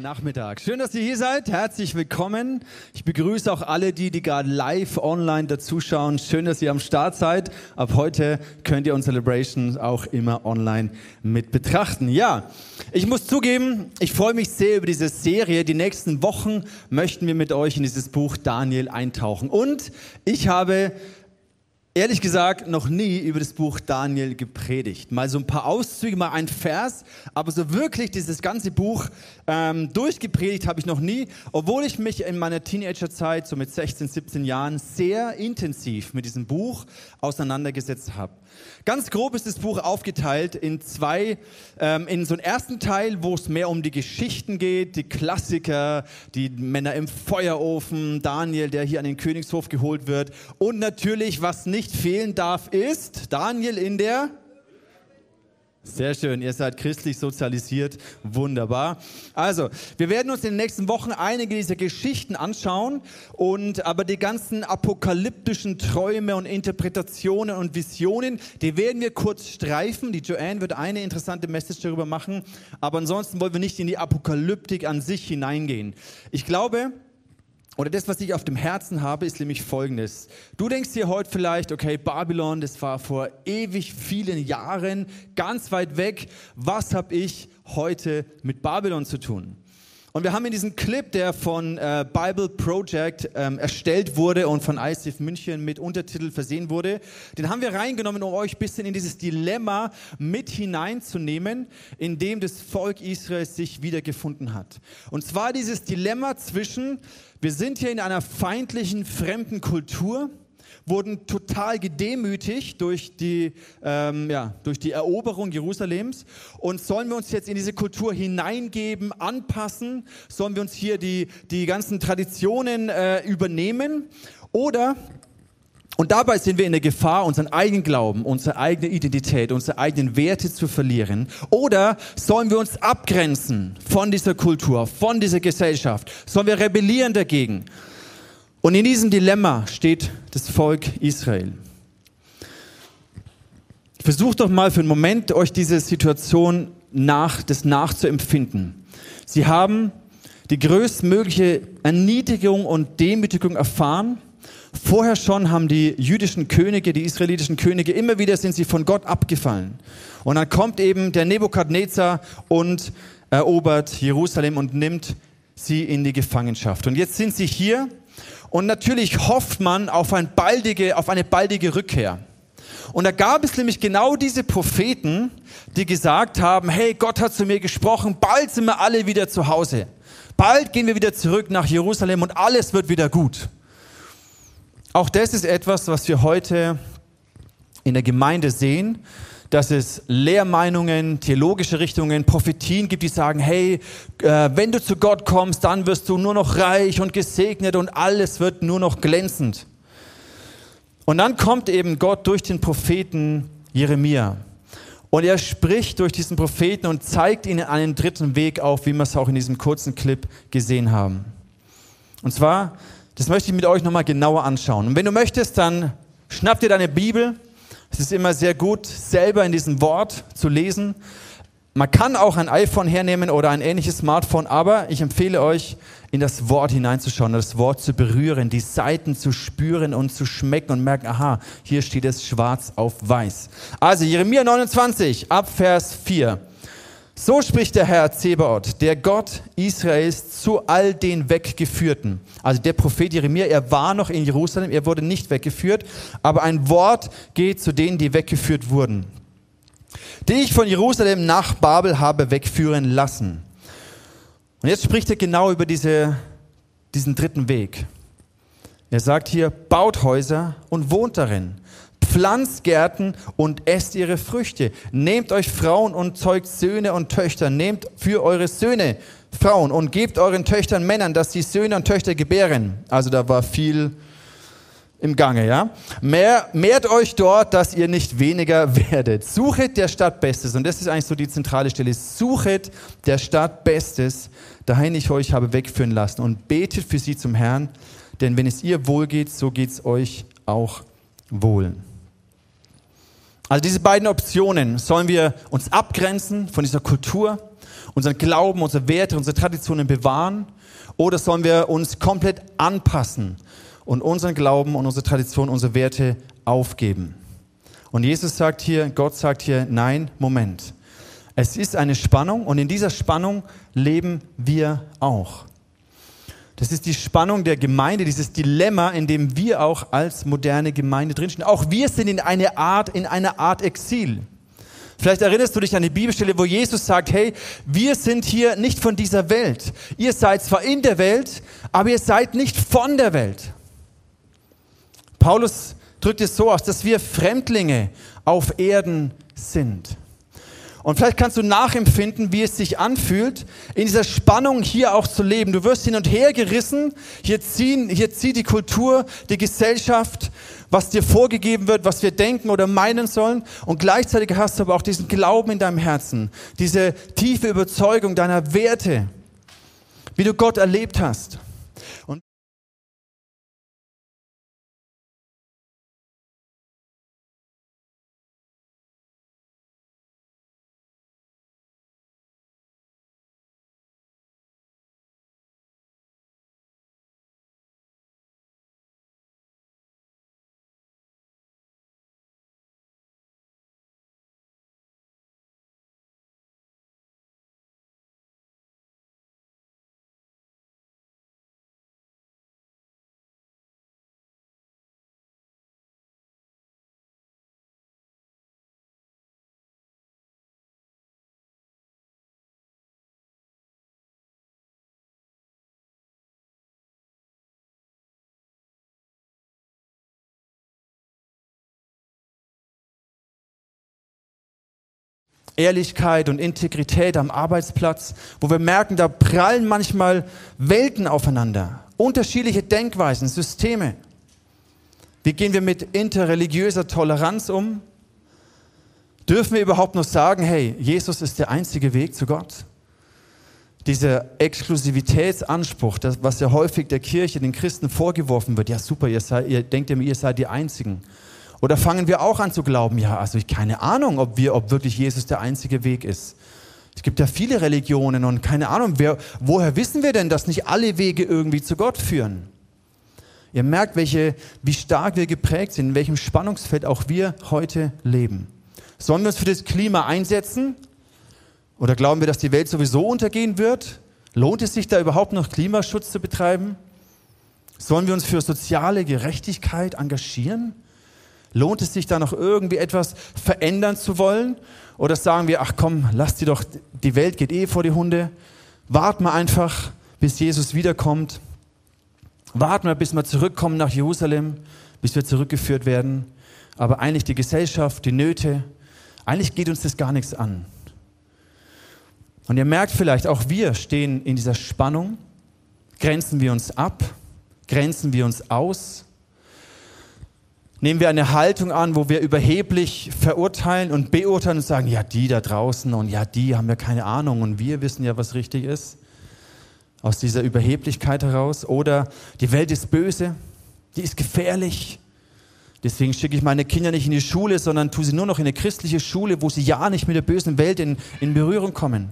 Nachmittag. Schön, dass ihr hier seid. Herzlich willkommen. Ich begrüße auch alle, die gerade live online dazuschauen. Schön, dass ihr am Start seid. Ab heute könnt ihr unsere Celebration auch immer online mit betrachten. Ja, ich muss zugeben, ich freue mich sehr über diese Serie. Die nächsten Wochen möchten wir mit euch in dieses Buch Daniel eintauchen. Und ich habe ehrlich gesagt noch nie über das Buch Daniel gepredigt. Mal so ein paar Auszüge, mal ein Vers, aber so wirklich dieses ganze Buch durchgepredigt habe ich noch nie, obwohl ich mich in meiner Teenagerzeit, so mit 16, 17 Jahren, sehr intensiv mit diesem Buch auseinandergesetzt habe. Ganz grob ist das Buch aufgeteilt in zwei, in so einen ersten Teil, wo es mehr um die Geschichten geht, die Klassiker, die Männer im Feuerofen, Daniel, der hier an den Königshof geholt wird und natürlich, was nicht fehlen darf, ist Daniel in der... Sehr schön, ihr seid christlich sozialisiert, wunderbar. Also, wir werden uns in den nächsten Wochen einige dieser Geschichten anschauen, aber die ganzen apokalyptischen Träume und Interpretationen und Visionen, die werden wir kurz streifen. Die Joanne wird eine interessante Message darüber machen, aber ansonsten wollen wir nicht in die Apokalyptik an sich hineingehen. Ich glaube... Oder das, was ich auf dem Herzen habe, ist nämlich Folgendes. Du denkst dir heute vielleicht, okay, Babylon, das war vor ewig vielen Jahren, ganz weit weg. Was habe ich heute mit Babylon zu tun? Und wir haben in diesem Clip, der von Bible Project erstellt wurde und von ICF München mit Untertitel versehen wurde, den haben wir reingenommen, um euch ein bisschen in dieses Dilemma mit hineinzunehmen, in dem das Volk Israel sich wiedergefunden hat. Und zwar dieses Dilemma zwischen, wir sind hier in einer feindlichen, fremden Kultur, wurden total gedemütigt durch die Eroberung Jerusalems. Und sollen wir uns jetzt in diese Kultur hineingeben, anpassen? Sollen wir uns hier die ganzen Traditionen übernehmen? Und dabei sind wir in der Gefahr, unseren eigenen Glauben, unsere eigene Identität, unsere eigenen Werte zu verlieren. Oder sollen wir uns abgrenzen von dieser Kultur, von dieser Gesellschaft? Sollen wir rebellieren dagegen? Und in diesem Dilemma steht das Volk Israel. Versucht doch mal für einen Moment, euch diese Situation nachzuempfinden. Sie haben die größtmögliche Erniedrigung und Demütigung erfahren. Vorher schon haben die jüdischen Könige, die israelitischen Könige, immer wieder sind sie von Gott abgefallen. Und dann kommt eben der Nebukadnezar und erobert Jerusalem und nimmt sie in die Gefangenschaft. Und jetzt sind sie hier. Und natürlich hofft man auf eine baldige Rückkehr. Und da gab es nämlich genau diese Propheten, die gesagt haben, hey, Gott hat zu mir gesprochen, bald sind wir alle wieder zu Hause. Bald gehen wir wieder zurück nach Jerusalem und alles wird wieder gut. Auch das ist etwas, was wir heute in der Gemeinde sehen, dass es Lehrmeinungen, theologische Richtungen, Prophetien gibt, die sagen, hey, wenn du zu Gott kommst, dann wirst du nur noch reich und gesegnet und alles wird nur noch glänzend. Und dann kommt eben Gott durch den Propheten Jeremia. Und er spricht durch diesen Propheten und zeigt ihnen einen dritten Weg auf, wie wir es auch in diesem kurzen Clip gesehen haben. Und zwar, das möchte ich mit euch nochmal genauer anschauen. Und wenn du möchtest, dann schnapp dir deine Bibel. Es ist immer sehr gut, selber in diesem Wort zu lesen. Man kann auch ein iPhone hernehmen oder ein ähnliches Smartphone, aber ich empfehle euch, in das Wort hineinzuschauen, das Wort zu berühren, die Seiten zu spüren und zu schmecken und merken, aha, hier steht es schwarz auf weiß. Also Jeremia 29, ab Vers 4. So spricht der Herr Zebaoth, der Gott Israels, zu all den Weggeführten. Also der Prophet Jeremia, er war noch in Jerusalem, er wurde nicht weggeführt, aber ein Wort geht zu denen, die weggeführt wurden, die ich von Jerusalem nach Babel habe wegführen lassen. Und jetzt spricht er genau über diesen dritten Weg. Er sagt hier, baut Häuser und wohnt darin. Pflanzt Gärten und esst ihre Früchte. Nehmt euch Frauen und zeugt Söhne und Töchter. Nehmt für eure Söhne Frauen und gebt euren Töchtern Männern, dass sie Söhne und Töchter gebären. Also da war viel im Gange, ja. Mehrt euch dort, dass ihr nicht weniger werdet. Suchet der Stadt Bestes. Und das ist eigentlich so die zentrale Stelle. Suchet der Stadt Bestes, dahin ich euch habe wegführen lassen. Und betet für sie zum Herrn. Denn wenn es ihr wohl geht, so geht es euch auch wohl. Also diese beiden Optionen, sollen wir uns abgrenzen von dieser Kultur unseren Glauben, unsere Werte, unsere Traditionen bewahren? Oder sollen wir uns komplett anpassen und unseren Glauben und unsere Tradition, unsere Werte aufgeben? Und Jesus sagt hier, Gott sagt hier, nein, Moment. Es ist eine Spannung und in dieser Spannung leben wir auch. Das ist die Spannung der Gemeinde, dieses Dilemma, in dem wir auch als moderne Gemeinde drinstehen. Auch wir sind in einer Art Exil. Vielleicht erinnerst du dich an die Bibelstelle, wo Jesus sagt, hey, wir sind hier nicht von dieser Welt. Ihr seid zwar in der Welt, aber ihr seid nicht von der Welt. Paulus drückt es so aus, dass wir Fremdlinge auf Erden sind. Und vielleicht kannst du nachempfinden, wie es sich anfühlt, in dieser Spannung hier auch zu leben. Du wirst hin und her gerissen, hier zieht die Kultur, die Gesellschaft, was dir vorgegeben wird, was wir denken oder meinen sollen. Und gleichzeitig hast du aber auch diesen Glauben in deinem Herzen, diese tiefe Überzeugung deiner Werte, wie du Gott erlebt hast. Und Ehrlichkeit und Integrität am Arbeitsplatz, wo wir merken, da prallen manchmal Welten aufeinander, unterschiedliche Denkweisen, Systeme. Wie gehen wir mit interreligiöser Toleranz um? Dürfen wir überhaupt noch sagen, hey, Jesus ist der einzige Weg zu Gott? Dieser Exklusivitätsanspruch, das, was ja häufig der Kirche, den Christen vorgeworfen wird, ja super, ihr denkt immer, ihr seid die Einzigen. Oder fangen wir auch an zu glauben, ja, also ich keine Ahnung, ob wirklich Jesus der einzige Weg ist. Es gibt ja viele Religionen und keine Ahnung, woher wissen wir denn, dass nicht alle Wege irgendwie zu Gott führen? Ihr merkt, wie stark wir geprägt sind, in welchem Spannungsfeld auch wir heute leben. Sollen wir uns für das Klima einsetzen? Oder glauben wir, dass die Welt sowieso untergehen wird? Lohnt es sich da überhaupt noch Klimaschutz zu betreiben? Sollen wir uns für soziale Gerechtigkeit engagieren? Lohnt es sich da noch irgendwie etwas verändern zu wollen? Oder sagen wir, ach komm, lass die Welt geht vor die Hunde. Warten wir einfach, bis Jesus wiederkommt. Warten wir, bis wir zurückkommen nach Jerusalem, bis wir zurückgeführt werden. Aber eigentlich die Gesellschaft, die Nöte, eigentlich geht uns das gar nichts an. Und ihr merkt vielleicht, auch wir stehen in dieser Spannung. Grenzen wir uns ab? Grenzen wir uns aus? Nehmen wir eine Haltung an, wo wir überheblich verurteilen und beurteilen und sagen, ja, die da draußen und ja, die haben ja keine Ahnung und wir wissen ja, was richtig ist. Aus dieser Überheblichkeit heraus. Oder die Welt ist böse, die ist gefährlich. Deswegen schicke ich meine Kinder nicht in die Schule, sondern tue sie nur noch in eine christliche Schule, wo sie ja nicht mit der bösen Welt in Berührung kommen.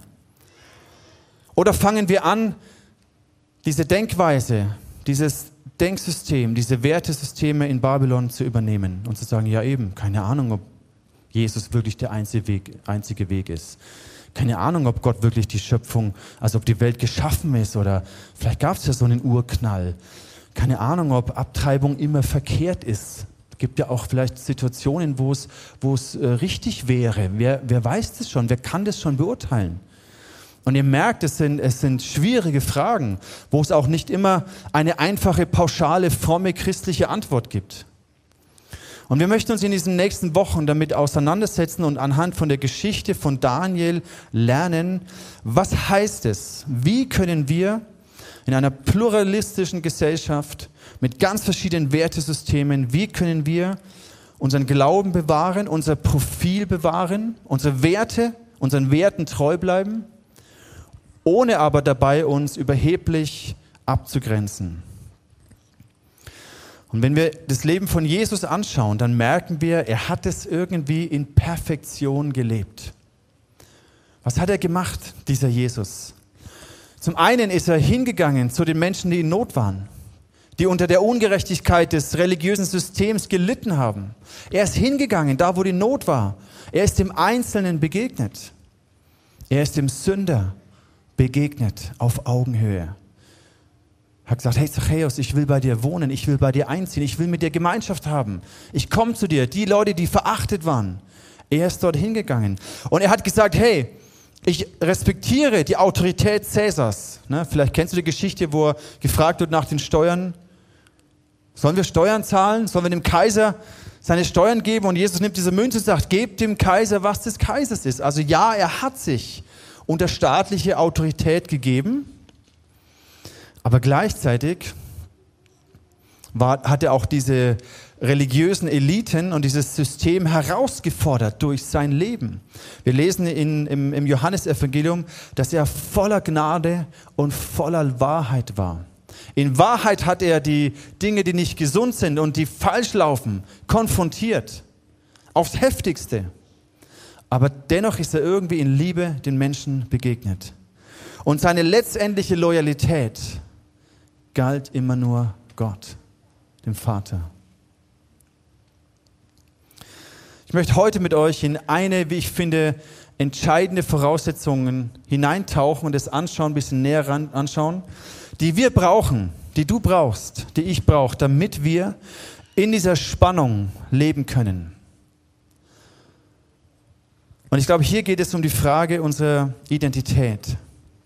Oder fangen wir an, diese Denkweise, dieses Denksystem, diese Wertesysteme in Babylon zu übernehmen und zu sagen, ja eben, keine Ahnung, ob Jesus wirklich der einzige Weg ist. Keine Ahnung, ob Gott wirklich die Schöpfung, also ob die Welt geschaffen ist oder vielleicht gab es ja so einen Urknall. Keine Ahnung, ob Abtreibung immer verkehrt ist. Es gibt ja auch vielleicht Situationen, wo es richtig wäre. Wer weiß das schon? Wer kann das schon beurteilen? Und ihr merkt, es sind schwierige Fragen, wo es auch nicht immer eine einfache, pauschale, fromme christliche Antwort gibt. Und wir möchten uns in diesen nächsten Wochen damit auseinandersetzen und anhand von der Geschichte von Daniel lernen, was heißt es? Wie können wir in einer pluralistischen Gesellschaft mit ganz verschiedenen Wertesystemen, wie können wir unseren Glauben bewahren, unser Profil bewahren, unsere Werte, unseren Werten treu bleiben, ohne aber dabei uns überheblich abzugrenzen. Und wenn wir das Leben von Jesus anschauen, dann merken wir, er hat es irgendwie in Perfektion gelebt. Was hat er gemacht, dieser Jesus? Zum einen ist er hingegangen zu den Menschen, die in Not waren, die unter der Ungerechtigkeit des religiösen Systems gelitten haben. Er ist hingegangen, da wo die Not war. Er ist dem Einzelnen begegnet. Er ist dem Sünder begegnet auf Augenhöhe. Er hat gesagt, hey Zachäus, ich will bei dir wohnen, ich will bei dir einziehen, ich will mit dir Gemeinschaft haben. Ich komme zu dir, die Leute, die verachtet waren. Er ist dort hingegangen. Und er hat gesagt, hey, ich respektiere die Autorität Cäsars. Ne? Vielleicht kennst du die Geschichte, wo er gefragt wird nach den Steuern. Sollen wir Steuern zahlen? Sollen wir dem Kaiser seine Steuern geben? Und Jesus nimmt diese Münze und sagt, gebt dem Kaiser, was des Kaisers ist. Also ja, er hat sich unter staatliche Autorität gegeben, aber gleichzeitig hat er auch diese religiösen Eliten und dieses System herausgefordert durch sein Leben. Wir lesen im Johannesevangelium, dass er voller Gnade und voller Wahrheit war. In Wahrheit hat er die Dinge, die nicht gesund sind und die falsch laufen, konfrontiert. Aufs Heftigste. Aber dennoch ist er irgendwie in Liebe den Menschen begegnet. Und seine letztendliche Loyalität galt immer nur Gott, dem Vater. Ich möchte heute mit euch in eine, wie ich finde, entscheidende Voraussetzungen hineintauchen und es anschauen, ein bisschen näher anschauen, die wir brauchen, die du brauchst, die ich brauche, damit wir in dieser Spannung leben können. Und ich glaube, hier geht es um die Frage unserer Identität.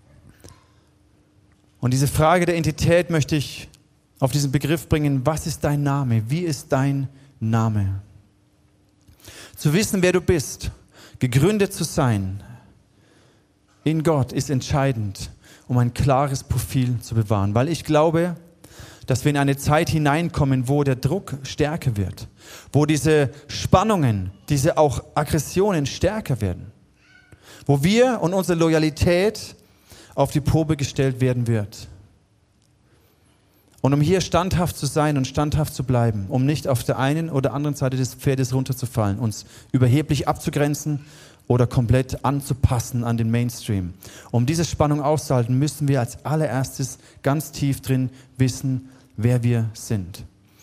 Und diese Frage der Identität möchte ich auf diesen Begriff bringen, was ist dein Name? Wie ist dein Name? Zu wissen, wer du bist, gegründet zu sein in Gott, ist entscheidend, um ein klares Profil zu bewahren. Weil ich glaube, dass wir in eine Zeit hineinkommen, wo der Druck stärker wird, wo diese Spannungen, diese auch Aggressionen stärker werden, wo wir und unsere Loyalität auf die Probe gestellt werden wird. Und um hier standhaft zu sein und standhaft zu bleiben, um nicht auf der einen oder anderen Seite des Pferdes runterzufallen, uns überheblich abzugrenzen oder komplett anzupassen an den Mainstream. Um diese Spannung auszuhalten, müssen wir als allererstes ganz tief drin wissen, wer wir sind.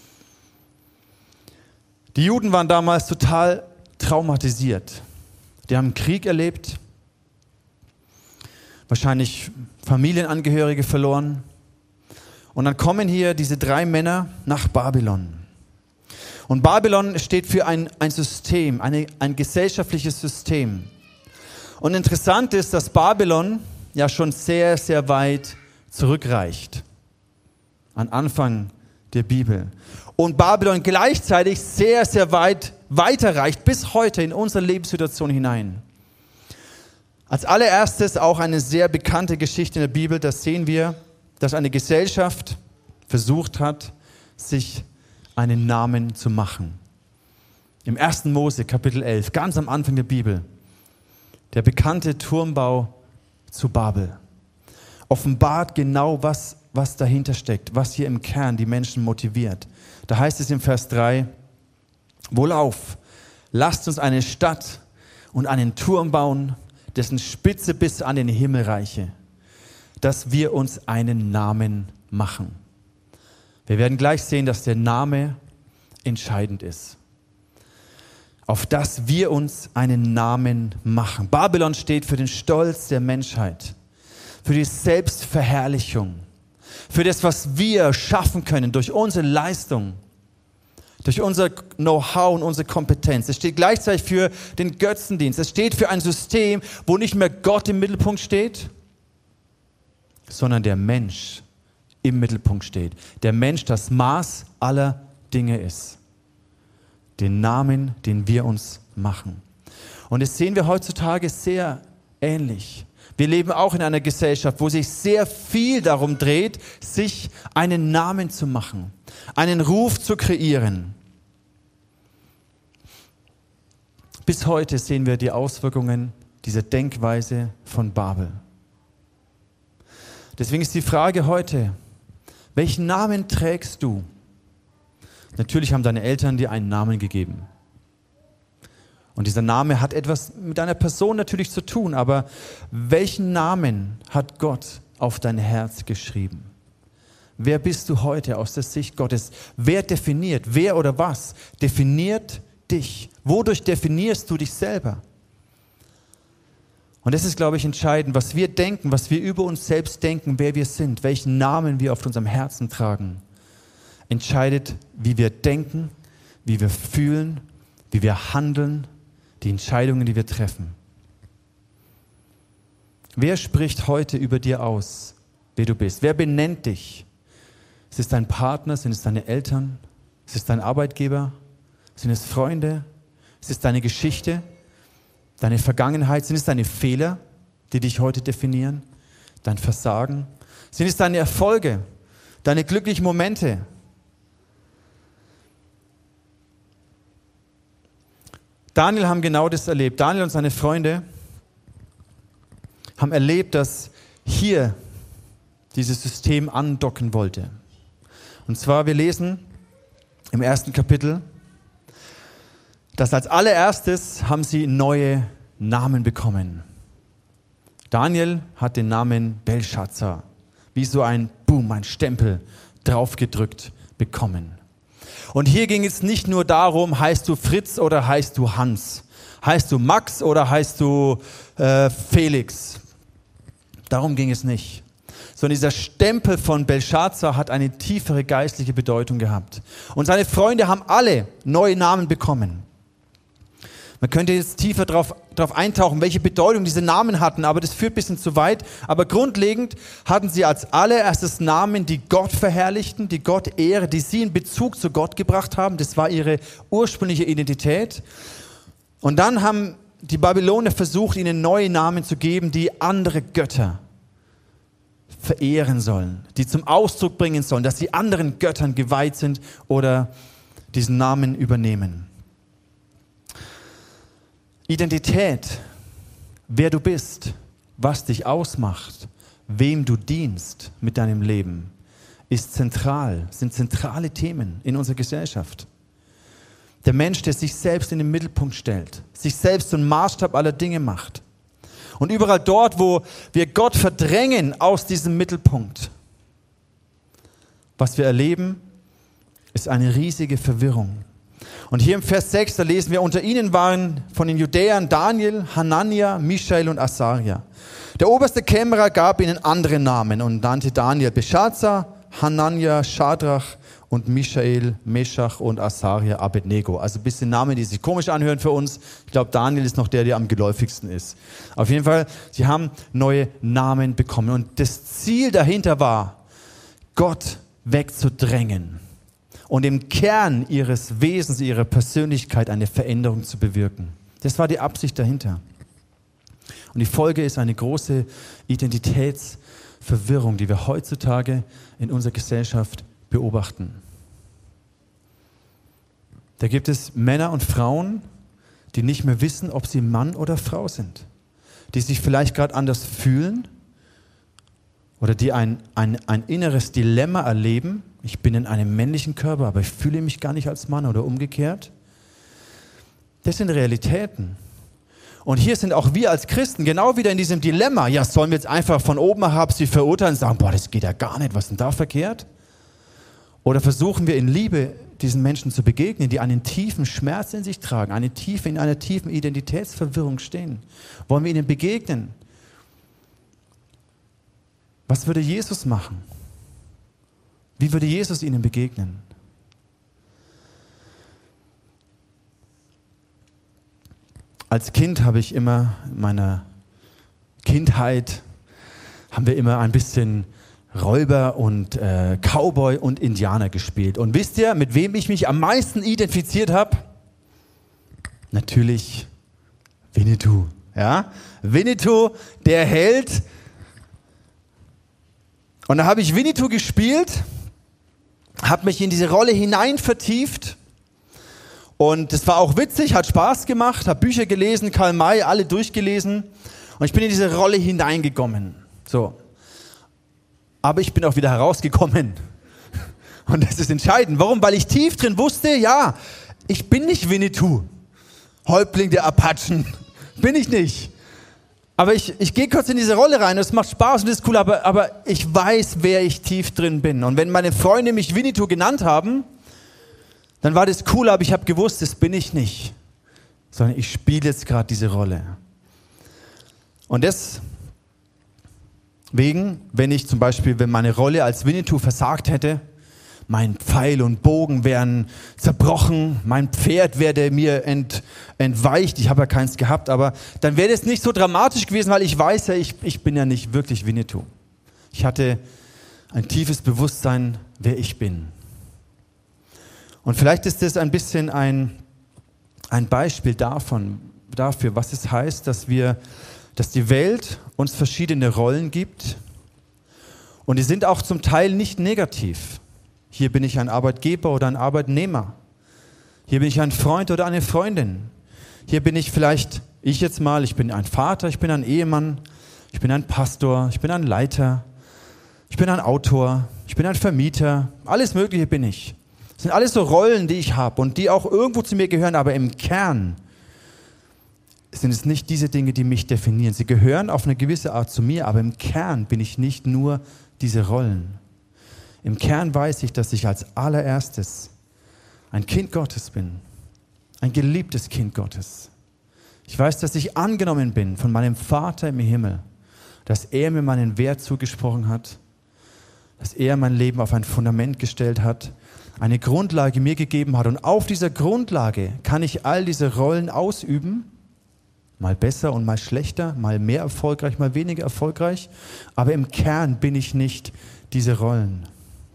Die Juden waren damals total traumatisiert. Die haben Krieg erlebt, wahrscheinlich Familienangehörige verloren. Und dann kommen hier diese 3 Männer nach Babylon. Und Babylon steht für ein System, ein gesellschaftliches System. Und interessant ist, dass Babylon ja schon sehr, sehr weit zurückreicht. An Anfang der Bibel. Und Babylon gleichzeitig sehr, sehr weit weiterreicht, bis heute in unsere Lebenssituation hinein. Als allererstes auch eine sehr bekannte Geschichte in der Bibel, da sehen wir, dass eine Gesellschaft versucht hat, sich einen Namen zu machen. Im 1. Mose, Kapitel 11, ganz am Anfang der Bibel, der bekannte Turmbau zu Babel, offenbart genau, was dahinter steckt, was hier im Kern die Menschen motiviert. Da heißt es im Vers 3, Wohlauf, lasst uns eine Stadt und einen Turm bauen, dessen Spitze bis an den Himmel reiche, dass wir uns einen Namen machen. Wir werden gleich sehen, dass der Name entscheidend ist. Auf dass wir uns einen Namen machen. Babylon steht für den Stolz der Menschheit, für die Selbstverherrlichung, für das, was wir schaffen können durch unsere Leistung, durch unser Know-how und unsere Kompetenz. Es steht gleichzeitig für den Götzendienst. Es steht für ein System, wo nicht mehr Gott im Mittelpunkt steht, sondern der Mensch im Mittelpunkt steht. Der Mensch das Maß aller Dinge ist. Den Namen, den wir uns machen. Und das sehen wir heutzutage sehr ähnlich. Wir leben auch in einer Gesellschaft, wo sich sehr viel darum dreht, sich einen Namen zu machen, einen Ruf zu kreieren. Bis heute sehen wir die Auswirkungen dieser Denkweise von Babel. Deswegen ist die Frage heute, welchen Namen trägst du? Natürlich haben deine Eltern dir einen Namen gegeben. Und dieser Name hat etwas mit einer Person natürlich zu tun, aber welchen Namen hat Gott auf dein Herz geschrieben? Wer bist du heute aus der Sicht Gottes? Wer definiert, wer oder was definiert dich? Wodurch definierst du dich selber? Und das ist, glaube ich, entscheidend, was wir denken, was wir über uns selbst denken, wer wir sind, welchen Namen wir auf unserem Herzen tragen, entscheidet, wie wir denken, wie wir fühlen, wie wir handeln, die Entscheidungen, die wir treffen. Wer spricht heute über dir aus, wer du bist? Wer benennt dich? Ist es dein Partner? Sind es deine Eltern? Ist es dein Arbeitgeber? Sind es Freunde? Ist es deine Geschichte? Deine Vergangenheit? Sind es deine Fehler, die dich heute definieren? Dein Versagen? Sind es deine Erfolge? Deine glücklichen Momente? Daniel haben genau das erlebt. Daniel und seine Freunde haben erlebt, dass hier dieses System andocken wollte. Und zwar, wir lesen im 1. Kapitel, dass als allererstes haben sie neue Namen bekommen. Daniel hat den Namen Belshazzar, wie so ein Boom, ein Stempel draufgedrückt bekommen. Und hier ging es nicht nur darum, heißt du Fritz oder heißt du Hans? Heißt du Max oder heißt du Felix? Darum ging es nicht. Sondern dieser Stempel von Belshazzar hat eine tiefere geistliche Bedeutung gehabt. Und seine Freunde haben alle neue Namen bekommen. Man könnte jetzt tiefer darauf eintauchen, welche Bedeutung diese Namen hatten, aber das führt ein bisschen zu weit. Aber grundlegend hatten sie als allererstes Namen, die Gott verherrlichten, die Gott Ehre, die sie in Bezug zu Gott gebracht haben. Das war ihre ursprüngliche Identität. Und dann haben die Babylonier versucht, ihnen neue Namen zu geben, die andere Götter verehren sollen, die zum Ausdruck bringen sollen, dass sie anderen Göttern geweiht sind oder diesen Namen übernehmen. Identität, wer du bist, was dich ausmacht, wem du dienst mit deinem Leben, ist zentral, sind zentrale Themen in unserer Gesellschaft. Der Mensch, der sich selbst in den Mittelpunkt stellt, sich selbst zum Maßstab aller Dinge macht. Und überall dort, wo wir Gott verdrängen aus diesem Mittelpunkt, was wir erleben, ist eine riesige Verwirrung. Und hier im Vers 6, da lesen wir, unter ihnen waren von den Judäern Daniel, Hanania, Mischael und Asaria. Der oberste Kämmerer gab ihnen andere Namen und nannte Daniel Belshazzar, Hanania, Schadrach und Mischael, Meschach und Asaria, Abednego. Also ein bisschen Namen, die sich komisch anhören für uns. Ich glaube, Daniel ist noch der am geläufigsten ist. Auf jeden Fall, sie haben neue Namen bekommen. Und das Ziel dahinter war, Gott wegzudrängen und im Kern ihres Wesens, ihrer Persönlichkeit eine Veränderung zu bewirken. Das war die Absicht dahinter. Und die Folge ist eine große Identitätsverwirrung, die wir heutzutage in unserer Gesellschaft beobachten. Da gibt es Männer und Frauen, die nicht mehr wissen, ob sie Mann oder Frau sind, die sich vielleicht gerade anders fühlen oder die ein inneres Dilemma erleben. Ich bin in einem männlichen Körper, aber ich fühle mich gar nicht als Mann oder umgekehrt. Das sind Realitäten. Und hier sind auch wir als Christen genau wieder in diesem Dilemma. Ja, sollen wir jetzt einfach von oben herab sie verurteilen und sagen, boah, das geht ja gar nicht, was ist denn da verkehrt? Oder versuchen wir in Liebe diesen Menschen zu begegnen, die einen tiefen Schmerz in sich tragen, in einer tiefen Identitätsverwirrung stehen? Wollen wir ihnen begegnen? Was würde Jesus machen? Wie würde Jesus ihnen begegnen? Als Kind habe ich immer, in meiner Kindheit, haben wir immer ein bisschen Räuber und Cowboy und Indianer gespielt. Und wisst ihr, mit wem ich mich am meisten identifiziert habe? Natürlich Winnetou. Ja? Winnetou, der Held. Und da habe ich Winnetou gespielt, habe mich in diese Rolle hinein vertieft. Und das war auch witzig, hat Spaß gemacht, habe Bücher gelesen, Karl May, alle durchgelesen. Und ich bin in diese Rolle hineingekommen. So. Aber ich bin auch wieder herausgekommen. Und das ist entscheidend. Warum? Weil ich tief drin wusste, ja, ich bin nicht Winnetou. Häuptling der Apachen. Bin ich nicht. Aber ich gehe kurz in diese Rolle rein und es macht Spaß und das ist cool, aber ich weiß, wer ich tief drin bin. Und wenn meine Freunde mich Winnetou genannt haben, dann war das cool, aber ich habe gewusst, das bin ich nicht. Sondern ich spiele jetzt gerade diese Rolle. Und deswegen, wenn meine Rolle als Winnetou versagt hätte, mein Pfeil und Bogen wären zerbrochen, mein Pferd wäre mir entweicht, ich habe ja keins gehabt, aber dann wäre das nicht so dramatisch gewesen, weil ich weiß ja, ich bin ja nicht wirklich Winnetou. Ich hatte ein tiefes Bewusstsein, wer ich bin. Und vielleicht ist das ein bisschen ein Beispiel dafür, was es heißt, dass die Welt uns verschiedene Rollen gibt und die sind auch zum Teil nicht negativ. Hier bin ich ein Arbeitgeber oder ein Arbeitnehmer. Hier bin ich ein Freund oder eine Freundin. Hier bin ich vielleicht, ich bin ein Vater, ich bin ein Ehemann, ich bin ein Pastor, ich bin ein Leiter, ich bin ein Autor, ich bin ein Vermieter, alles Mögliche bin ich. Das sind alles so Rollen, die ich habe und die auch irgendwo zu mir gehören, aber im Kern sind es nicht diese Dinge, die mich definieren. Sie gehören auf eine gewisse Art zu mir, aber im Kern bin ich nicht nur diese Rollen. Im Kern weiß ich, dass ich als allererstes ein Kind Gottes bin, ein geliebtes Kind Gottes. Ich weiß, dass ich angenommen bin von meinem Vater im Himmel, dass er mir meinen Wert zugesprochen hat, dass er mein Leben auf ein Fundament gestellt hat, eine Grundlage mir gegeben hat und auf dieser Grundlage kann ich all diese Rollen ausüben, mal besser und mal schlechter, mal mehr erfolgreich, mal weniger erfolgreich, aber im Kern bin ich nicht diese Rollen.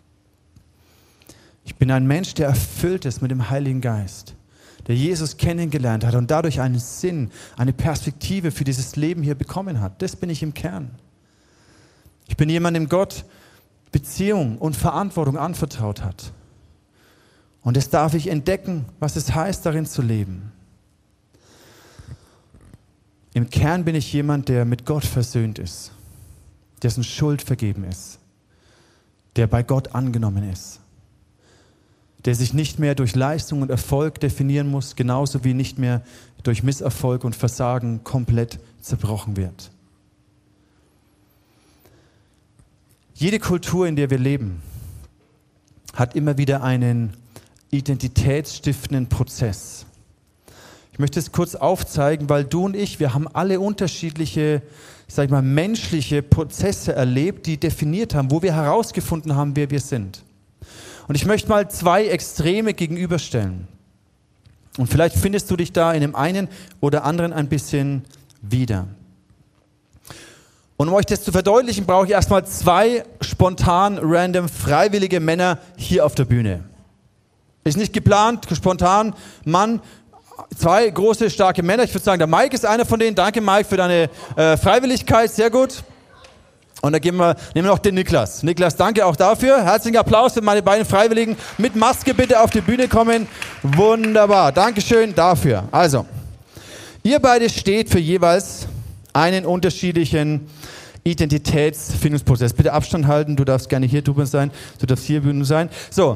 Ich bin ein Mensch, der erfüllt ist mit dem Heiligen Geist, der Jesus kennengelernt hat und dadurch einen Sinn, eine Perspektive für dieses Leben hier bekommen hat. Das bin ich im Kern. Ich bin jemand, dem Gott Beziehung und Verantwortung anvertraut hat. Und das darf ich entdecken, was es heißt, darin zu leben. Im Kern bin ich jemand, der mit Gott versöhnt ist, dessen Schuld vergeben ist, der bei Gott angenommen ist, der sich nicht mehr durch Leistung und Erfolg definieren muss, genauso wie nicht mehr durch Misserfolg und Versagen komplett zerbrochen wird. Jede Kultur, in der wir leben, hat immer wieder einen identitätsstiftenden Prozess. Ich möchte es kurz aufzeigen, weil du und ich, wir haben alle unterschiedliche, menschliche Prozesse erlebt, die definiert haben, wo wir herausgefunden haben, wer wir sind. Und ich möchte mal zwei Extreme gegenüberstellen. Und vielleicht findest du dich da in dem einen oder anderen ein bisschen wieder. Und um euch das zu verdeutlichen, brauche ich erstmal zwei spontan, random, freiwillige Männer hier auf der Bühne. Ist nicht geplant, spontan, Mann, zwei große, starke Männer. Ich würde sagen, der Mike ist einer von denen. Danke, Mike, für deine Freiwilligkeit, sehr gut. Und dann nehmen wir noch den Niklas. Niklas, danke auch dafür. Herzlichen Applaus für meine beiden Freiwilligen. Mit Maske bitte auf die Bühne kommen. Wunderbar, Dankeschön dafür. Also, ihr beide steht für jeweils einen unterschiedlichen Identitätsfindungsprozess. Bitte Abstand halten, du darfst gerne hier drüben sein, du darfst hier drüben sein. So,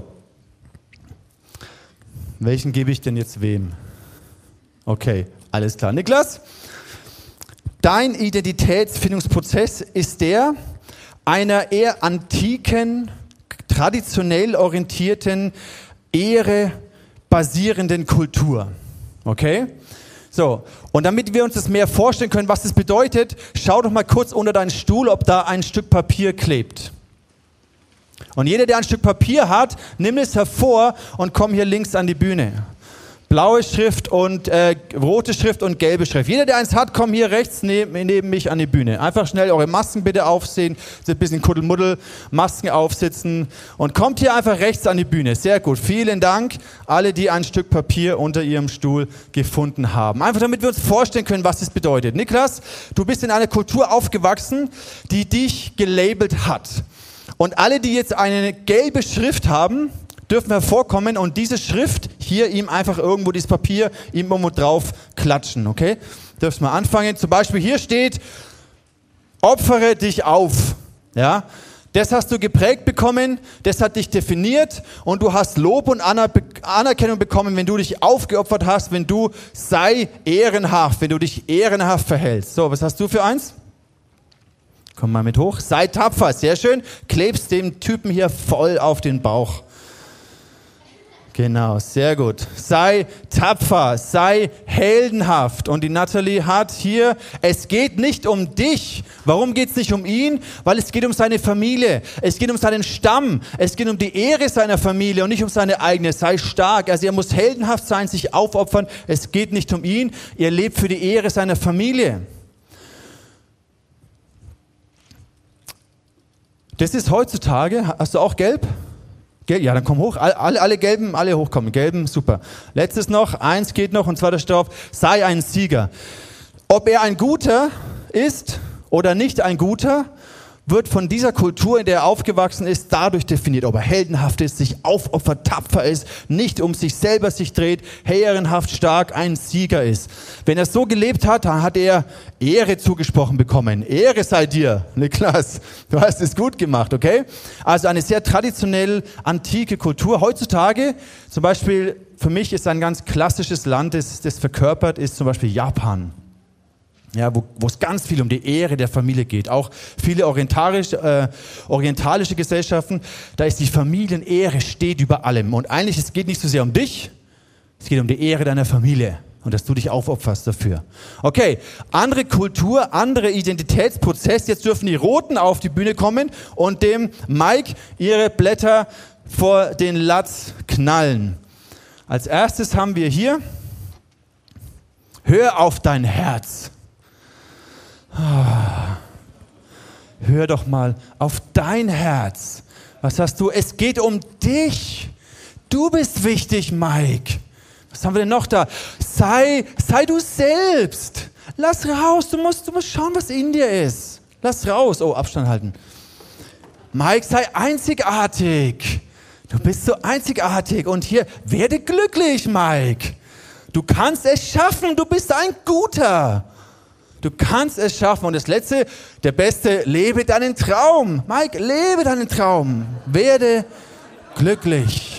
welchen gebe ich denn jetzt wem? Okay, alles klar. Niklas? Dein Identitätsfindungsprozess ist der einer eher antiken, traditionell orientierten, Ehre basierenden Kultur. Okay? So, und damit wir uns das mehr vorstellen können, was das bedeutet, schau doch mal kurz unter deinen Stuhl, ob da ein Stück Papier klebt. Und jeder, der ein Stück Papier hat, nimm es hervor und komm hier links an die Bühne. Blaue Schrift und rote Schrift und gelbe Schrift. Jeder, der eins hat, komm hier rechts neben mich an die Bühne. Einfach schnell eure Masken bitte aufsehen. Ein bisschen Kuddelmuddel, Masken aufsitzen und kommt hier einfach rechts an die Bühne. Sehr gut. Vielen Dank, alle, die ein Stück Papier unter ihrem Stuhl gefunden haben. Einfach damit wir uns vorstellen können, was das bedeutet. Niklas, du bist in einer Kultur aufgewachsen, die dich gelabelt hat. Und alle, die jetzt eine gelbe Schrift haben, dürfen hervorkommen und diese Schrift hier ihm einfach irgendwo, dieses Papier, ihm irgendwo drauf klatschen, okay? Dürft mal anfangen. Zum Beispiel hier steht, opfere dich auf, ja? Das hast du geprägt bekommen, das hat dich definiert und du hast Lob und Anerkennung bekommen, wenn du dich aufgeopfert hast, wenn du sei ehrenhaft, wenn du dich ehrenhaft verhältst. So, was hast du für eins? Komm mal mit hoch. Sei tapfer, sehr schön. Klebst dem Typen hier voll auf den Bauch. Genau, sehr gut. Sei tapfer, sei heldenhaft. Und die Natalie hat hier, es geht nicht um dich. Warum geht es nicht um ihn? Weil es geht um seine Familie. Es geht um seinen Stamm. Es geht um die Ehre seiner Familie und nicht um seine eigene. Sei stark. Also er muss heldenhaft sein, sich aufopfern. Es geht nicht um ihn. Er lebt für die Ehre seiner Familie. Das ist heutzutage, hast du auch gelb? Ja, dann komm hoch. Alle Gelben, alle hochkommen. Gelben, super. Letztes noch, eins geht noch und zwar da steht drauf, sei ein Sieger. Ob er ein Guter ist oder nicht ein Guter, wird von dieser Kultur, in der er aufgewachsen ist, dadurch definiert, ob er heldenhaft ist, sich aufopfert, tapfer ist, nicht um sich selber sich dreht, ehrenhaft, stark, ein Sieger ist. Wenn er so gelebt hat, dann hat er Ehre zugesprochen bekommen. Ehre sei dir, Niklas, du hast es gut gemacht, okay? Also eine sehr traditionell antike Kultur. Heutzutage, zum Beispiel für mich ist ein ganz klassisches Land, das verkörpert, ist zum Beispiel Japan. Ja, wo es ganz viel um die Ehre der Familie geht. Auch viele orientalische Gesellschaften, da ist die Familienehre steht über allem. Und eigentlich, es geht nicht so sehr um dich, es geht um die Ehre deiner Familie und dass du dich aufopferst dafür. Okay, andere Kultur, andere Identitätsprozess. Jetzt dürfen die Roten auf die Bühne kommen und dem Mike ihre Blätter vor den Latz knallen. Als erstes haben wir hier, hör auf dein Herz. Hör doch mal auf dein Herz. Was hast du? Es geht um dich. Du bist wichtig, Mike. Was haben wir denn noch da? Sei du selbst. Lass raus. Du musst schauen, was in dir ist. Lass raus. Oh, Abstand halten. Mike, sei einzigartig. Du bist so einzigartig. Und hier, werde glücklich, Mike. Du kannst es schaffen. Du bist ein Guter. Du kannst es schaffen. Und das Letzte, der Beste, lebe deinen Traum. Mike, lebe deinen Traum. Werde glücklich.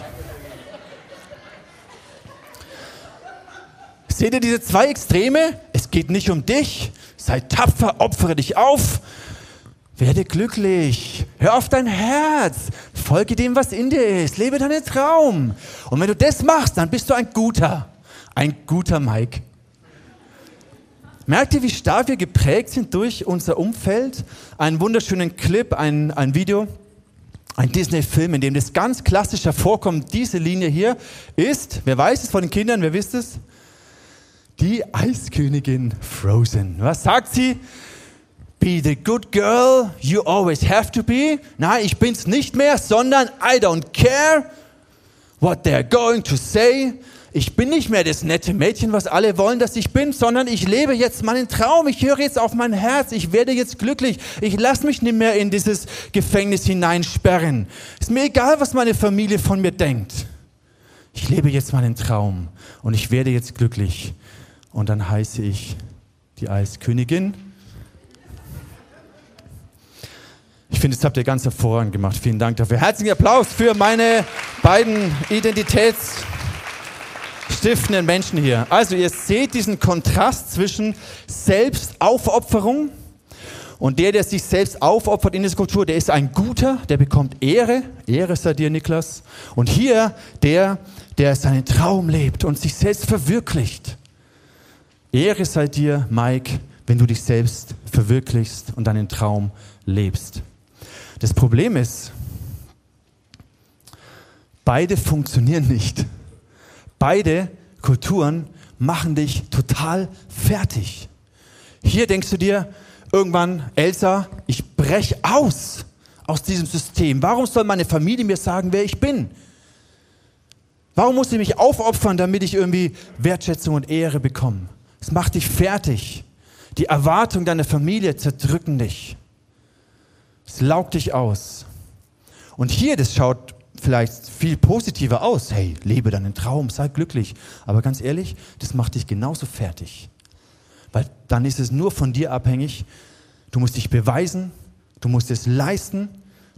Seht ihr diese zwei Extreme? Es geht nicht um dich. Sei tapfer, opfere dich auf. Werde glücklich. Hör auf dein Herz. Folge dem, was in dir ist. Lebe deinen Traum. Und wenn du das machst, dann bist du ein guter Mike. Merkt ihr, wie stark wir geprägt sind durch unser Umfeld? Einen wunderschönen Clip, ein Video, ein Disney-Film, in dem das ganz klassisch hervorkommt. Diese Linie hier ist, wer weiß es von den Kindern, wer wisst es? Die Eiskönigin Frozen. Was sagt sie? Be the good girl you always have to be. Nein, ich bin's nicht mehr, sondern I don't care what they're going to say. Ich bin nicht mehr das nette Mädchen, was alle wollen, dass ich bin, sondern ich lebe jetzt meinen Traum. Ich höre jetzt auf mein Herz. Ich werde jetzt glücklich. Ich lasse mich nicht mehr in dieses Gefängnis hineinsperren. Ist mir egal, was meine Familie von mir denkt. Ich lebe jetzt meinen Traum und ich werde jetzt glücklich. Und dann heiße ich die Eiskönigin. Ich finde, das habt ihr ganz hervorragend gemacht. Vielen Dank dafür. Herzlichen Applaus für meine beiden stiftenden Menschen hier. Also ihr seht diesen Kontrast zwischen Selbstaufopferung und der sich selbst aufopfert in dieser Kultur, der ist ein Guter, der bekommt Ehre. Ehre sei dir, Niklas. Und hier der seinen Traum lebt und sich selbst verwirklicht. Ehre sei dir, Mike, wenn du dich selbst verwirklichst und deinen Traum lebst. Das Problem ist, beide funktionieren nicht. Beide Kulturen machen dich total fertig. Hier denkst du dir irgendwann, Elsa, ich breche aus diesem System. Warum soll meine Familie mir sagen, wer ich bin? Warum muss ich mich aufopfern, damit ich irgendwie Wertschätzung und Ehre bekomme? Es macht dich fertig. Die Erwartungen deiner Familie zerdrücken dich. Es laugt dich aus. Und hier, das schaut vielleicht viel positiver aus. Hey, lebe deinen Traum, sei glücklich. Aber ganz ehrlich, das macht dich genauso fertig. Weil dann ist es nur von dir abhängig. Du musst dich beweisen, du musst es leisten,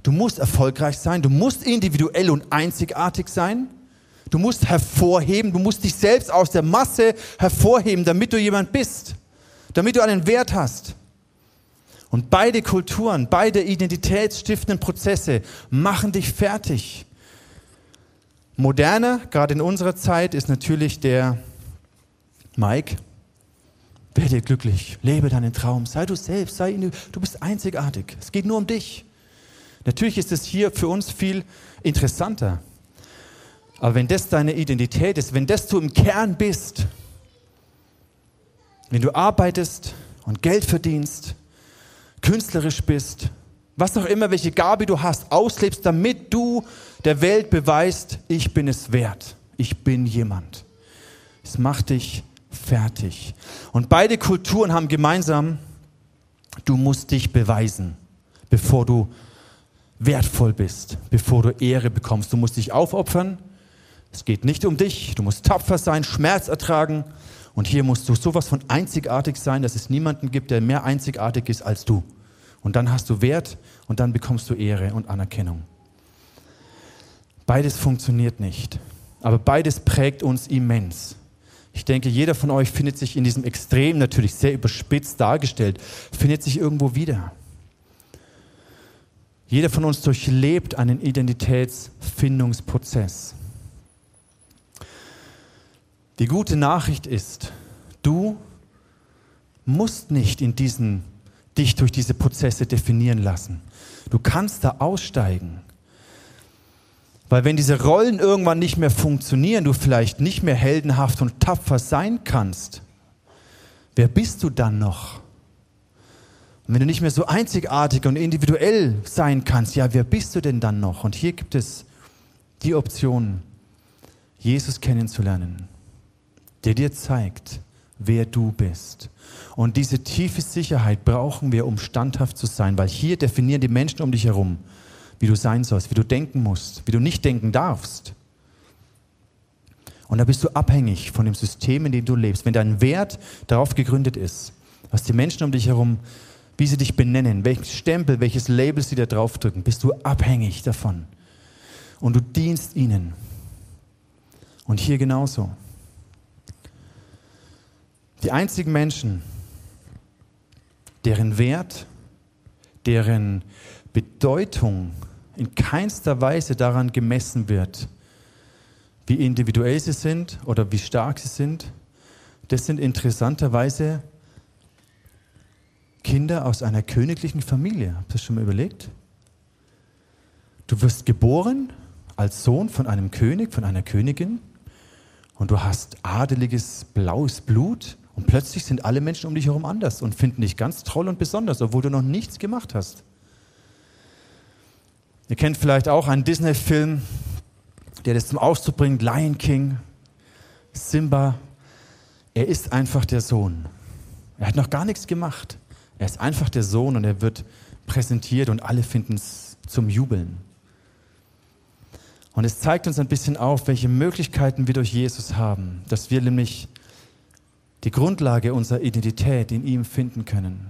Du musst erfolgreich sein, du musst individuell und einzigartig sein. Du musst hervorheben, du musst dich selbst aus der Masse hervorheben, damit du jemand bist, damit du einen Wert hast. Und beide Kulturen, beide identitätsstiftenden Prozesse machen dich fertig. Moderner, gerade in unserer Zeit, ist natürlich der Mike. Werde glücklich, lebe deinen Traum, sei du selbst, du bist einzigartig. Es geht nur um dich. Natürlich ist es hier für uns viel interessanter. Aber wenn das deine Identität ist, wenn das du im Kern bist, wenn du arbeitest und Geld verdienst, künstlerisch bist, was auch immer, welche Gabe du hast, auslebst, damit du der Welt beweist, ich bin es wert, ich bin jemand. Es macht dich fertig. Und beide Kulturen haben gemeinsam, du musst dich beweisen, bevor du wertvoll bist, bevor du Ehre bekommst. Du musst dich aufopfern. Es geht nicht um dich. Du musst tapfer sein, Schmerz ertragen. Und hier musst du sowas von einzigartig sein, dass es niemanden gibt, der mehr einzigartig ist als du. Und dann hast du Wert und dann bekommst du Ehre und Anerkennung. Beides funktioniert nicht. Aber beides prägt uns immens. Ich denke, jeder von euch findet sich in diesem Extrem, natürlich sehr überspitzt dargestellt, findet sich irgendwo wieder. Jeder von uns durchlebt einen Identitätsfindungsprozess. Die gute Nachricht ist, du musst nicht dich durch diese Prozesse definieren lassen. Du kannst da aussteigen. Weil wenn diese Rollen irgendwann nicht mehr funktionieren, du vielleicht nicht mehr heldenhaft und tapfer sein kannst, wer bist du dann noch? Und wenn du nicht mehr so einzigartig und individuell sein kannst, ja, wer bist du denn dann noch? Und hier gibt es die Option, Jesus kennenzulernen, der dir zeigt, wer du bist. Und diese tiefe Sicherheit brauchen wir, um standhaft zu sein, weil hier definieren die Menschen um dich herum, wie du sein sollst, wie du denken musst, wie du nicht denken darfst. Und da bist du abhängig von dem System, in dem du lebst. Wenn dein Wert darauf gegründet ist, was die Menschen um dich herum, wie sie dich benennen, welchen Stempel, welches Label sie dir draufdrücken, bist du abhängig davon. Und du dienst ihnen. Und hier genauso. Die einzigen Menschen, deren Wert, deren Bedeutung in keinster Weise daran gemessen wird, wie individuell sie sind oder wie stark sie sind, das sind interessanterweise Kinder aus einer königlichen Familie. Habt ihr das schon mal überlegt? Du wirst geboren als Sohn von einem König, von einer Königin und du hast adeliges, blaues Blut und plötzlich sind alle Menschen um dich herum anders und finden dich ganz toll und besonders, obwohl du noch nichts gemacht hast. Ihr kennt vielleicht auch einen Disney-Film, der das zum Ausdruck bringt, Lion King, Simba. Er ist einfach der Sohn. Er hat noch gar nichts gemacht. Er ist einfach der Sohn und er wird präsentiert und alle finden es zum Jubeln. Und es zeigt uns ein bisschen auf, welche Möglichkeiten wir durch Jesus haben, dass wir nämlich die Grundlage unserer Identität in ihm finden können.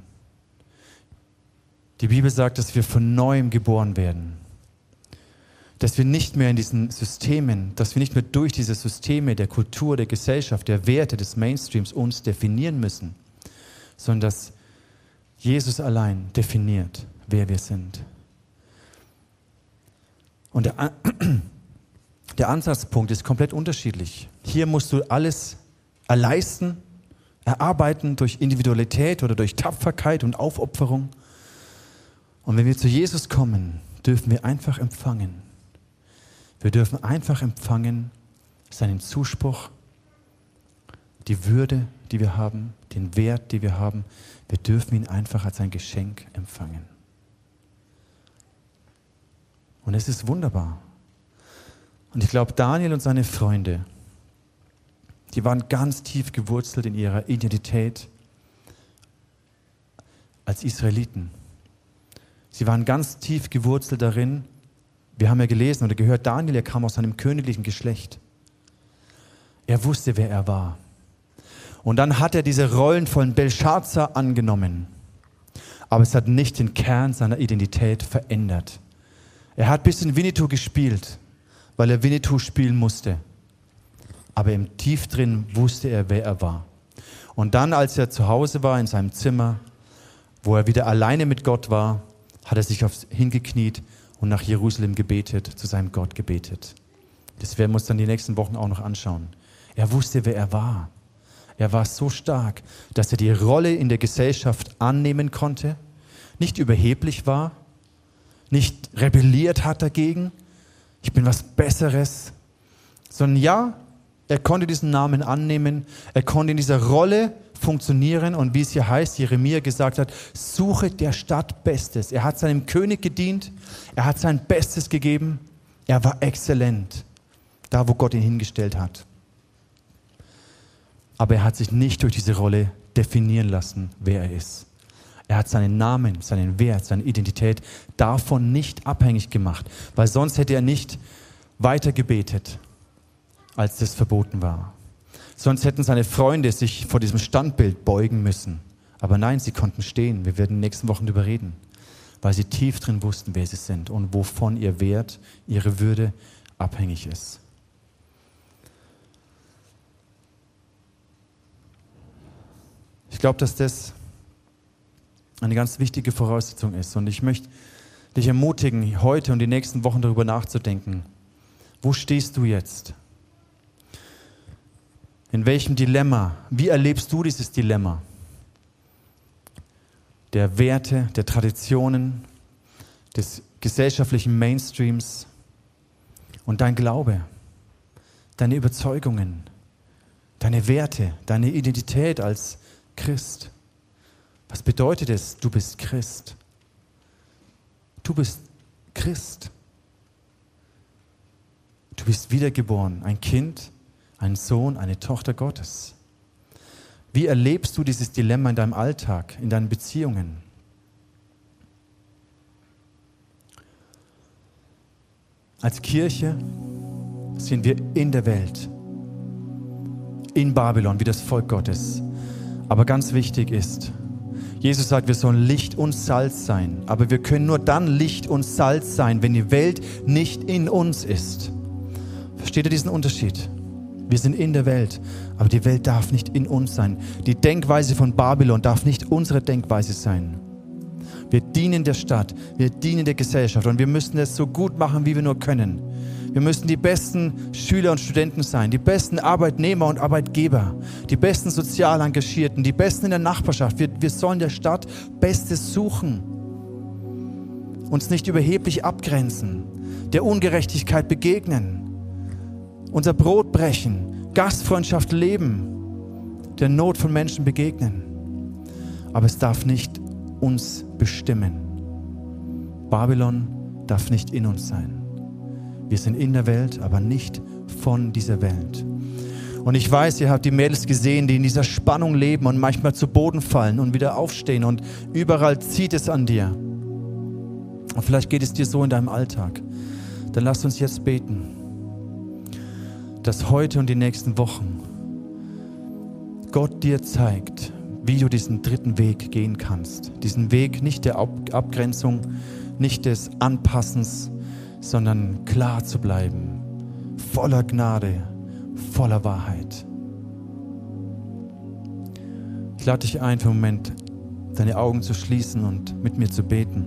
Die Bibel sagt, dass wir von Neuem geboren werden. Dass wir nicht mehr in diesen Systemen, dass wir nicht mehr durch diese Systeme der Kultur, der Gesellschaft, der Werte des Mainstreams uns definieren müssen, sondern dass Jesus allein definiert, wer wir sind. Und der Ansatzpunkt ist komplett unterschiedlich. Hier musst du alles erleisten, erarbeiten durch Individualität oder durch Tapferkeit und Aufopferung. Und wenn wir zu Jesus kommen, dürfen wir einfach empfangen. Wir dürfen einfach empfangen seinen Zuspruch, die Würde, die wir haben, den Wert, den wir haben. Wir dürfen ihn einfach als ein Geschenk empfangen. Und es ist wunderbar. Und ich glaube, Daniel und seine Freunde, die waren ganz tief gewurzelt in ihrer Identität als Israeliten. Sie waren ganz tief gewurzelt darin. Wir haben ja gelesen oder gehört, Daniel, er kam aus einem königlichen Geschlecht. Er wusste, wer er war. Und dann hat er diese Rollen von Belshazzar angenommen. Aber es hat nicht den Kern seiner Identität verändert. Er hat bis in Winnetou gespielt, weil er Winnetou spielen musste. Aber im Tief drin wusste er, wer er war. Und dann, als er zu Hause war, in seinem Zimmer, wo er wieder alleine mit Gott war, hat er sich hingekniet und nach Jerusalem gebetet, zu seinem Gott gebetet. Das werden wir uns dann die nächsten Wochen auch noch anschauen. Er wusste, wer er war. Er war so stark, dass er die Rolle in der Gesellschaft annehmen konnte, nicht überheblich war, nicht rebelliert hat dagegen, ich bin was Besseres, sondern ja, er konnte diesen Namen annehmen, er konnte in dieser Rolle funktionieren und wie es hier heißt, Jeremia gesagt hat, suche der Stadt Bestes. Er hat seinem König gedient, er hat sein Bestes gegeben, er war exzellent, da wo Gott ihn hingestellt hat. Aber er hat sich nicht durch diese Rolle definieren lassen, wer er ist. Er hat seinen Namen, seinen Wert, seine Identität davon nicht abhängig gemacht, weil sonst hätte er nicht weiter gebetet, als das verboten war. Sonst hätten seine Freunde sich vor diesem Standbild beugen müssen. Aber nein, sie konnten stehen. Wir werden in den nächsten Wochen darüber reden, weil sie tief drin wussten, wer sie sind und wovon ihr Wert, ihre Würde abhängig ist. Ich glaube, dass das eine ganz wichtige Voraussetzung ist. Und ich möchte dich ermutigen, heute und die nächsten Wochen darüber nachzudenken. Wo stehst du jetzt? In welchem Dilemma? Wie erlebst du dieses Dilemma? Der Werte, der Traditionen, des gesellschaftlichen Mainstreams und dein Glaube, deine Überzeugungen, deine Werte, deine Identität als Christ. Was bedeutet es, du bist Christ? Du bist Christ. Du bist wiedergeboren, ein Kind, ein Sohn, eine Tochter Gottes. Wie erlebst du dieses Dilemma in deinem Alltag, in deinen Beziehungen? Als Kirche sind wir in der Welt, in Babylon, wie das Volk Gottes. Aber ganz wichtig ist, Jesus sagt, wir sollen Licht und Salz sein. Aber wir können nur dann Licht und Salz sein, wenn die Welt nicht in uns ist. Versteht ihr diesen Unterschied? Wir sind in der Welt, aber die Welt darf nicht in uns sein. Die Denkweise von Babylon darf nicht unsere Denkweise sein. Wir dienen der Stadt, wir dienen der Gesellschaft und wir müssen es so gut machen, wie wir nur können. Wir müssen die besten Schüler und Studenten sein, die besten Arbeitnehmer und Arbeitgeber, die besten sozial Engagierten, die besten in der Nachbarschaft. Wir sollen der Stadt Bestes suchen, uns nicht überheblich abgrenzen, der Ungerechtigkeit begegnen, unser Brot brechen, Gastfreundschaft leben, der Not von Menschen begegnen. Aber es darf nicht uns bestimmen. Babylon darf nicht in uns sein. Wir sind in der Welt, aber nicht von dieser Welt. Und ich weiß, ihr habt die Mädels gesehen, die in dieser Spannung leben und manchmal zu Boden fallen und wieder aufstehen und überall zieht es an dir. Und vielleicht geht es dir so in deinem Alltag. Dann lass uns jetzt beten, dass heute und die nächsten Wochen Gott dir zeigt, wie du diesen dritten Weg gehen kannst. Diesen Weg nicht der Abgrenzung, nicht des Anpassens, sondern klar zu bleiben, voller Gnade, voller Wahrheit. Ich lade dich ein, für einen Moment deine Augen zu schließen und mit mir zu beten.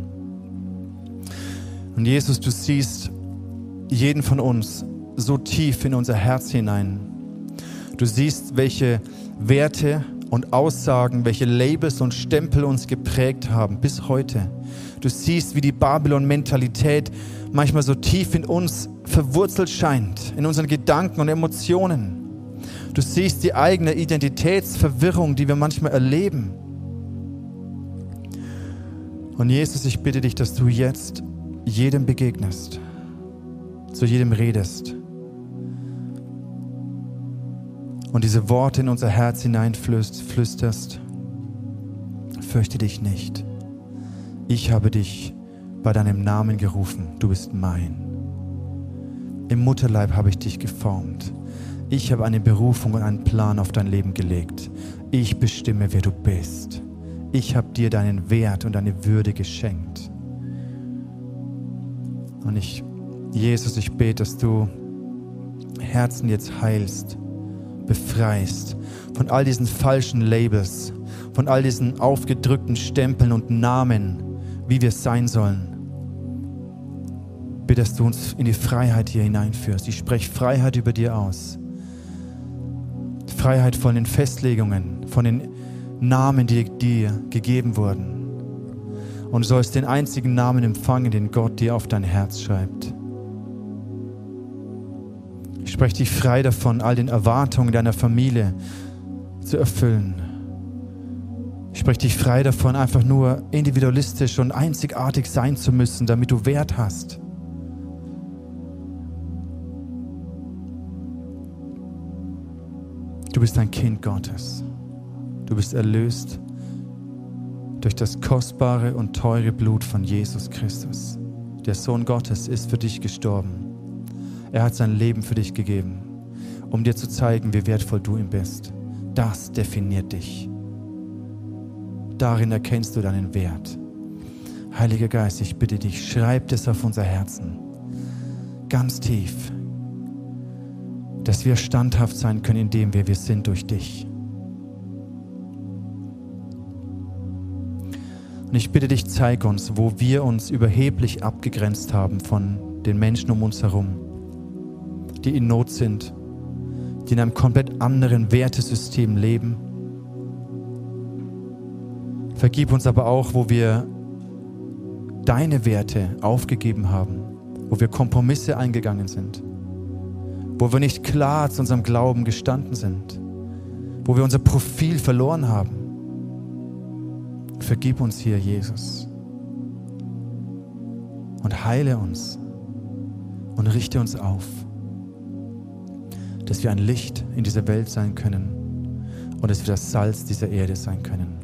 Und Jesus, du siehst jeden von uns so tief in unser Herz hinein. Du siehst, welche Werte und Aussagen, welche Labels und Stempel uns geprägt haben bis heute. Du siehst, wie die Babylon-Mentalität manchmal so tief in uns verwurzelt scheint, in unseren Gedanken und Emotionen. Du siehst die eigene Identitätsverwirrung, die wir manchmal erleben. Und Jesus, ich bitte dich, dass du jetzt jedem begegnest, zu jedem redest und diese Worte in unser Herz hineinflüsterst. Fürchte dich nicht. Ich habe dich bei deinem Namen gerufen. Du bist mein. Im Mutterleib habe ich dich geformt. Ich habe eine Berufung und einen Plan auf dein Leben gelegt. Ich bestimme, wer du bist. Ich habe dir deinen Wert und deine Würde geschenkt. Jesus, ich bete, dass du Herzen jetzt heilst, befreist von all diesen falschen Labels, von all diesen aufgedrückten Stempeln und Namen, wie wir sein sollen. Bitte, dass du uns in die Freiheit hier hineinführst. Ich spreche Freiheit über dir aus. Freiheit von den Festlegungen, von den Namen, die dir gegeben wurden. Und du sollst den einzigen Namen empfangen, den Gott dir auf dein Herz schreibt. Ich spreche dich frei davon, all den Erwartungen deiner Familie zu erfüllen. Ich spreche dich frei davon, einfach nur individualistisch und einzigartig sein zu müssen, damit du Wert hast. Du bist ein Kind Gottes. Du bist erlöst durch das kostbare und teure Blut von Jesus Christus. Der Sohn Gottes ist für dich gestorben. Er hat sein Leben für dich gegeben, um dir zu zeigen, wie wertvoll du ihm bist. Das definiert dich. Darin erkennst du deinen Wert. Heiliger Geist, ich bitte dich, schreib das auf unser Herzen. Ganz tief. Dass wir standhaft sein können, indem wir sind durch dich. Und ich bitte dich, zeig uns, wo wir uns überheblich abgegrenzt haben von den Menschen um uns herum, die in Not sind, die in einem komplett anderen Wertesystem leben. Vergib uns aber auch, wo wir deine Werte aufgegeben haben, wo wir Kompromisse eingegangen sind, wo wir nicht klar zu unserem Glauben gestanden sind, wo wir unser Profil verloren haben. Vergib uns hier, Jesus, und heile uns und richte uns auf, dass wir ein Licht in dieser Welt sein können und dass wir das Salz dieser Erde sein können.